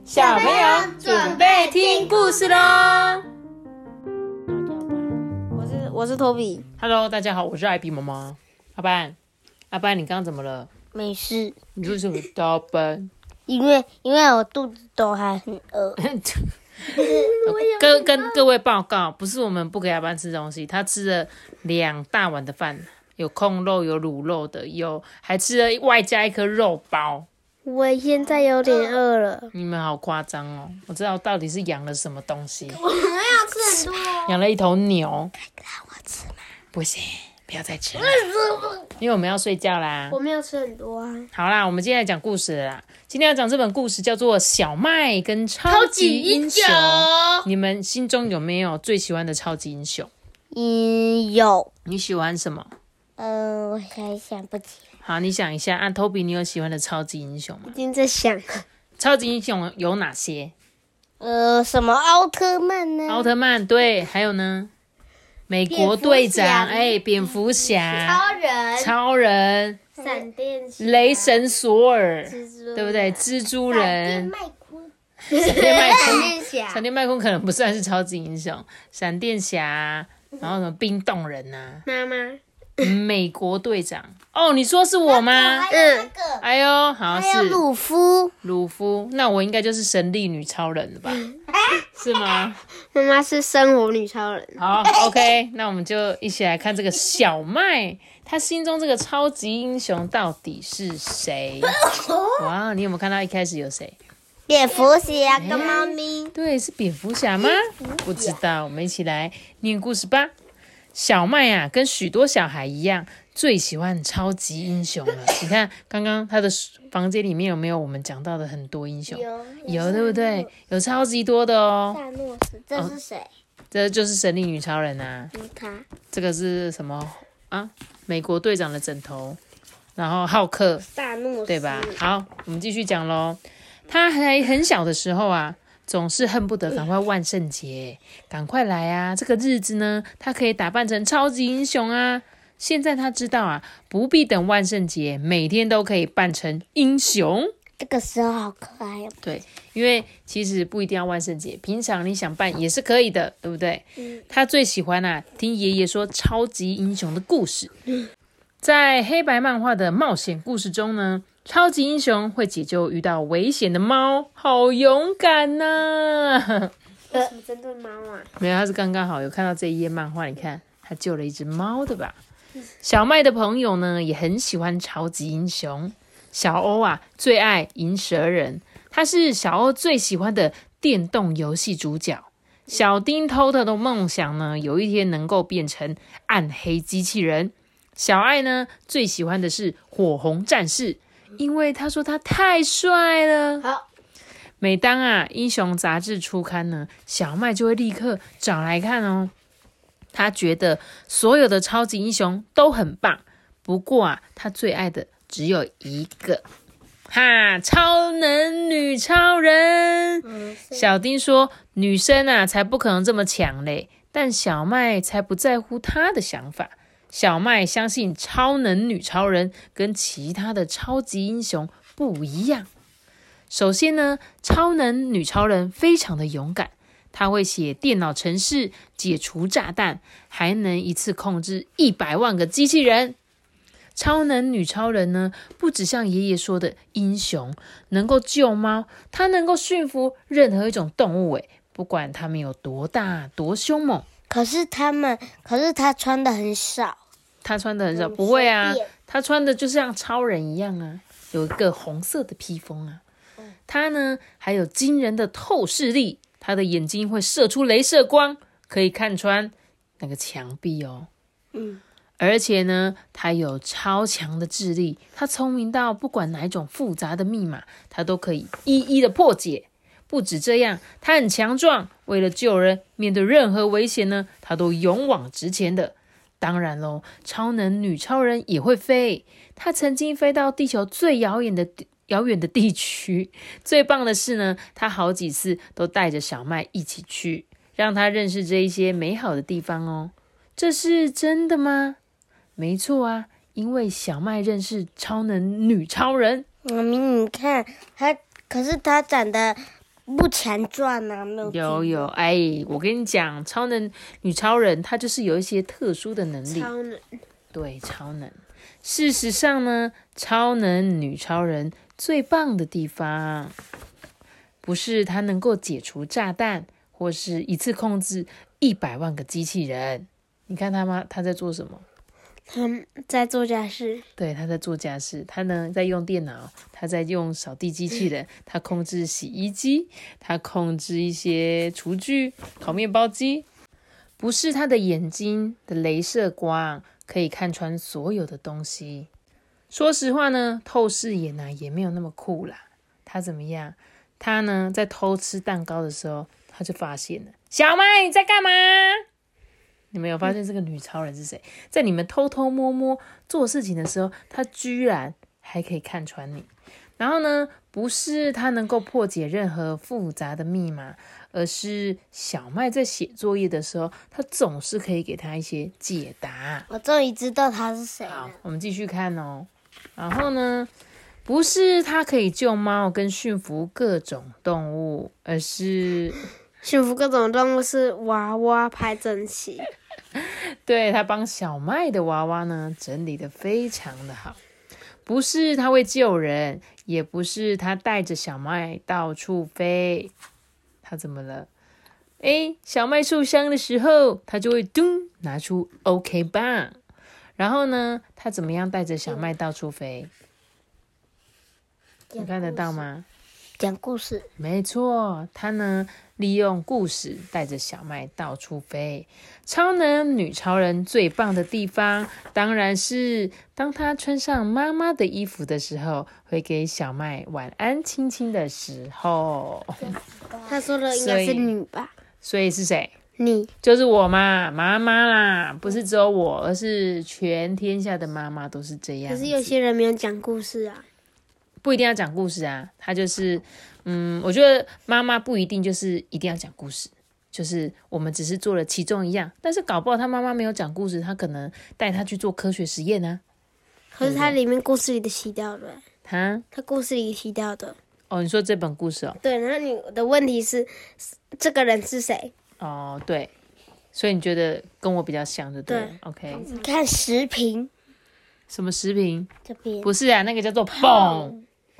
小朋友准备听故事咯。 我是托比。 Hello， 大家好，我是艾比妈妈。阿班，你刚刚怎么了？ 没事。 你为什么大班？ 因为我肚子都还很饿。 跟各位报告，不是我们不给阿班吃东西，他吃了2大碗的饭，有控肉，有卤肉的，还吃了外加一颗肉包。 我现在有点饿了。 你们好夸张哦！我知道到底是养了什么东西。 我们要吃很多。 养了一头牛。 可以让我吃吗？ 不行，不要再吃了，因为我们要睡觉啦。 我没有吃很多啊。 好啦，我们今天来讲故事了啦。今天要讲这本故事叫做《小麦跟超级英雄》。你们心中有没有最喜欢的超级英雄？ 有。 你喜欢什么？ 我想不起来。 好，你想一下，Toby，你有喜欢的超级英雄吗？ 已经在想。 超级英雄有哪些？ 什么奥特曼呢？ 奥特曼，对，还有呢？美国队长，蝙蝠侠，超人， 闪电侠， 雷神索尔，对不对？蜘蛛人，闪电麦昆可能不算是超级英雄，闪电侠，然后什么冰冻人啊， 妈妈， 美国队长。哦，你说是我吗？哎呦，好是鲁夫， 那我应该就是神力女超人了吧？是吗？ 妈妈是生活女超人。 好 ，OK， 那我们就一起来看这个小麦，他心中这个超级英雄到底是谁？哇，你有没有看到一开始有谁？ 蝙蝠侠跟猫咪。 对，是蝙蝠侠吗？不知道，我们一起来念故事吧。小麦啊，跟许多小孩一样，最喜欢超级英雄了。你看，刚刚他的房间里面有没有我们讲到的很多英雄？有，对不对？有超级多的哦。 萨诺斯，这是谁？ 这就是神力女超人啊。这个是什么啊？美国队长的枕头，然后浩克， 萨诺斯， 对吧？好，我们继续讲咯。他还很小的时候啊，总是恨不得赶快万圣节，赶快来啊！这个日子呢，他可以打扮成超级英雄啊。现在他知道啊，不必等万圣节，每天都可以扮成英雄。 这个时候好可爱哦。 对，因为其实不一定要万圣节，平常你想扮也是可以的，对不对？他最喜欢啊，听爷爷说超级英雄的故事。在黑白漫画的冒险故事中呢，超级英雄会解救遇到危险的猫，好勇敢呐！ 为什么针对猫啊？ 没有，他是刚刚好有看到这一页漫画，你看他救了一只猫，对吧？小麦的朋友呢也很喜欢超级英雄。小欧啊最爱银蛇人，他是小欧最喜欢的电动游戏主角。小丁偷偷的梦想呢，有一天能够变成暗黑机器人。小爱呢最喜欢的是火红战士，因为他说他太帅了。 好， 每当啊英雄杂志出刊呢，小麦就会立刻找来看哦。他觉得所有的超级英雄都很棒，不过啊他最爱的只有一个，超能女超人。小丁说女生啊才不可能这么强嘞，但小麦才不在乎他的想法。小麦相信超能女超人跟其他的超级英雄不一样。首先呢，超能女超人非常的勇敢，她会写电脑程式，解除炸弹，还能一次控制100万个机器人。超能女超人呢，不只像爷爷说的英雄，能够救猫，她能够驯服任何一种动物，不管它们有多大多凶猛。 可是她穿的很少。 她穿的很少，不会啊，她穿的就像超人一样啊，有一个红色的披风啊。她呢还有惊人的透视力，她的眼睛会射出雷射光，可以看穿那个墙壁哦。而且呢，她有超强的智力，她聪明到不管哪一种复杂的密码，她都可以一一的破解。不止这样，她很强壮，为了救人，面对任何危险呢，她都勇往直前的。当然咯，超能女超人也会飞，她曾经飞到地球最遥远的地区。最棒的是呢，她好几次都带着小麦一起去，让她认识这一些美好的地方哦。这是真的吗？没错啊，因为小麦认识超能女超人。 妈咪，你看可是她长得不强壮啊，没有有，哎，我跟你讲，女超人她就是有一些特殊的能力， 超能。 对，超能。事实上呢，超能女超人最棒的地方，不是她能够解除炸弹，或是一次控制100万个机器人。你看她在做什么？ 他在做家事。 对，她在做家事。她呢在用电脑，她在用扫地机器人，她控制洗衣机，她控制一些厨具、烤面包机。不是她的眼睛的雷射光可以看穿所有的东西。说实话呢，透视眼啊也没有那么酷啦。她怎么样？她呢在偷吃蛋糕的时候，她就发现了小麦你在干嘛？你们有发现这个女超人是谁？在你们偷偷摸摸做事情的时候，她居然还可以看穿你。然后呢，不是她能够破解任何复杂的密码，而是小麦在写作业的时候，她总是可以给她一些解答。 我终于知道他是谁好了。， 我们继续看哦。然后呢，不是她可以救猫跟驯服各种动物，而是驯服各种动物是娃娃排整齐。 对，他帮小麦的娃娃呢整理得非常的好。不是他会救人，也不是他带着小麦到处飞。他怎么了？小麦受伤的时候，他就会咚拿出 OK 棒。然后呢，他怎么样带着小麦到处飞？你看得到吗？ 讲故事。 没错，他呢利用故事带着小麦到处飞。超能女超人最棒的地方，当然是当她穿上妈妈的衣服的时候，会给小麦晚安亲亲的时候。 他说的应该是你吧？ 所以是谁？ 你就是我嘛，妈妈啦，不是只有我，而是全天下的妈妈都是这样子。 可是有些人没有讲故事啊。 不一定要讲故事啊，他就是，我觉得妈妈不一定就是一定要讲故事，就是我们只是做了其中一样，但是搞不好他妈妈没有讲故事，他可能带他去做科学实验啊。 可是他里面故事里的提到的， 他故事里提到的。 哦，你说这本故事哦？ 对，然后你的问题是，这个人是谁？ 哦，对，所以你觉得跟我比较像，对不对对 ？OK， 你看食评什么食品？ 这边不是啊，那个叫做蹦。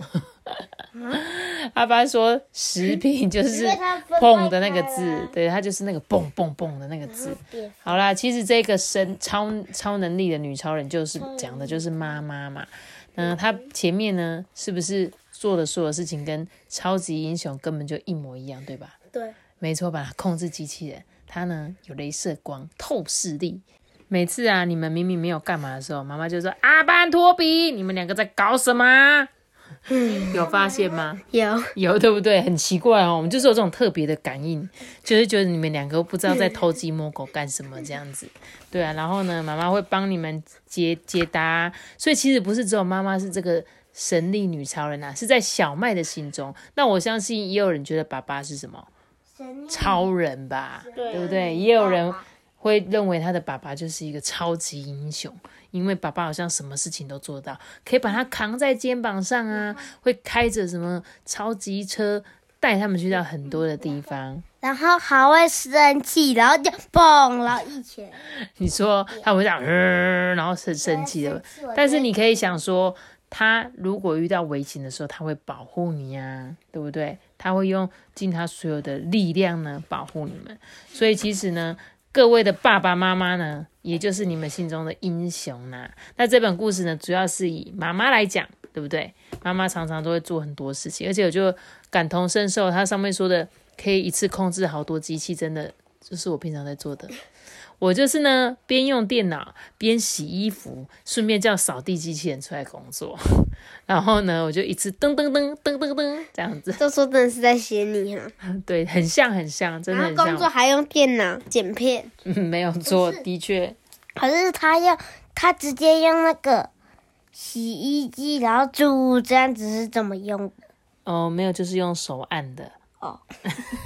阿爸说食品就是蹦的那个字，对，它就是那个蹦蹦蹦的那个字。好啦，其实这个超能力的女超人就是讲的就是妈妈嘛。她前面呢是不是做的所有事情跟超级英雄根本就一模一样，对吧？ 对， 没错吧？控制机器人，它呢有雷射光、透视力。每次啊，你们明明没有干嘛的时候，妈妈就说：“阿班托比，你们两个在搞什么？”有发现吗？有，对不对？很奇怪哦，我们就是有这种特别的感应，就是觉得你们两个不知道在偷鸡摸狗干什么这样子。对啊，然后呢，妈妈会帮你们解答，所以其实不是只有妈妈是这个神力女超人啊，是在小麦的心中。那我相信也有人觉得爸爸是什么超人吧，对不对？也有人会认为他的爸爸就是一个超级英雄，因为爸爸好像什么事情都做到，可以把他扛在肩膀上啊，会开着什么超级车带他们去到很多的地方。 然后还会生气，然后就嘣，然后一拳。 你说他会这样，然后是生气的，但是你可以想说，他如果遇到危险的时候，他会保护你啊，对不对？他会用尽他所有的力量呢保护你们。所以其实呢，各位的爸爸妈妈呢，也就是你们心中的英雄啦。那这本故事呢，主要是以妈妈来讲，对不对？妈妈常常都会做很多事情，而且我就感同身受，它上面说的可以一次控制好多机器，真的就是我平常在做的。我就是呢，边用电脑边洗衣服，顺便叫扫地机器人出来工作。然后呢，我就一次噔噔噔噔噔噔这样子。 这说真的是在写你哈。 对，很像，真的很像。 然后工作还用电脑剪片。 没有错，的确。 可是他直接用那个洗衣机，然后煮这样子是怎么用的？ 哦，没有，就是用手按的。 哦。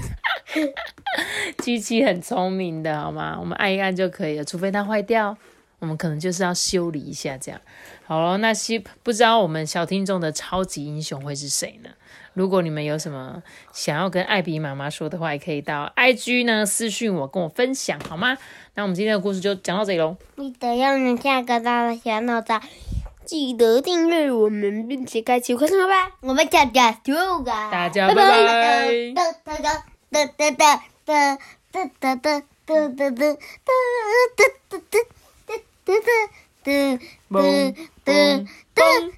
机器很聪明的好吗？我们按一按就可以了，除非它坏掉， 我们可能就是要修理一下这样。好了，那不知道我们小听众的超级英雄会是谁呢？如果你们有什么想要跟艾比妈妈说的话，也可以到 IG 呢私讯我，跟我分享好吗？那我们今天的故事就讲到这里咯。 记得要按下个大的小脑袋，记得订阅我们，并且开启快乐吧。我们下家就个， 大家拜拜。嘣嘣嘣。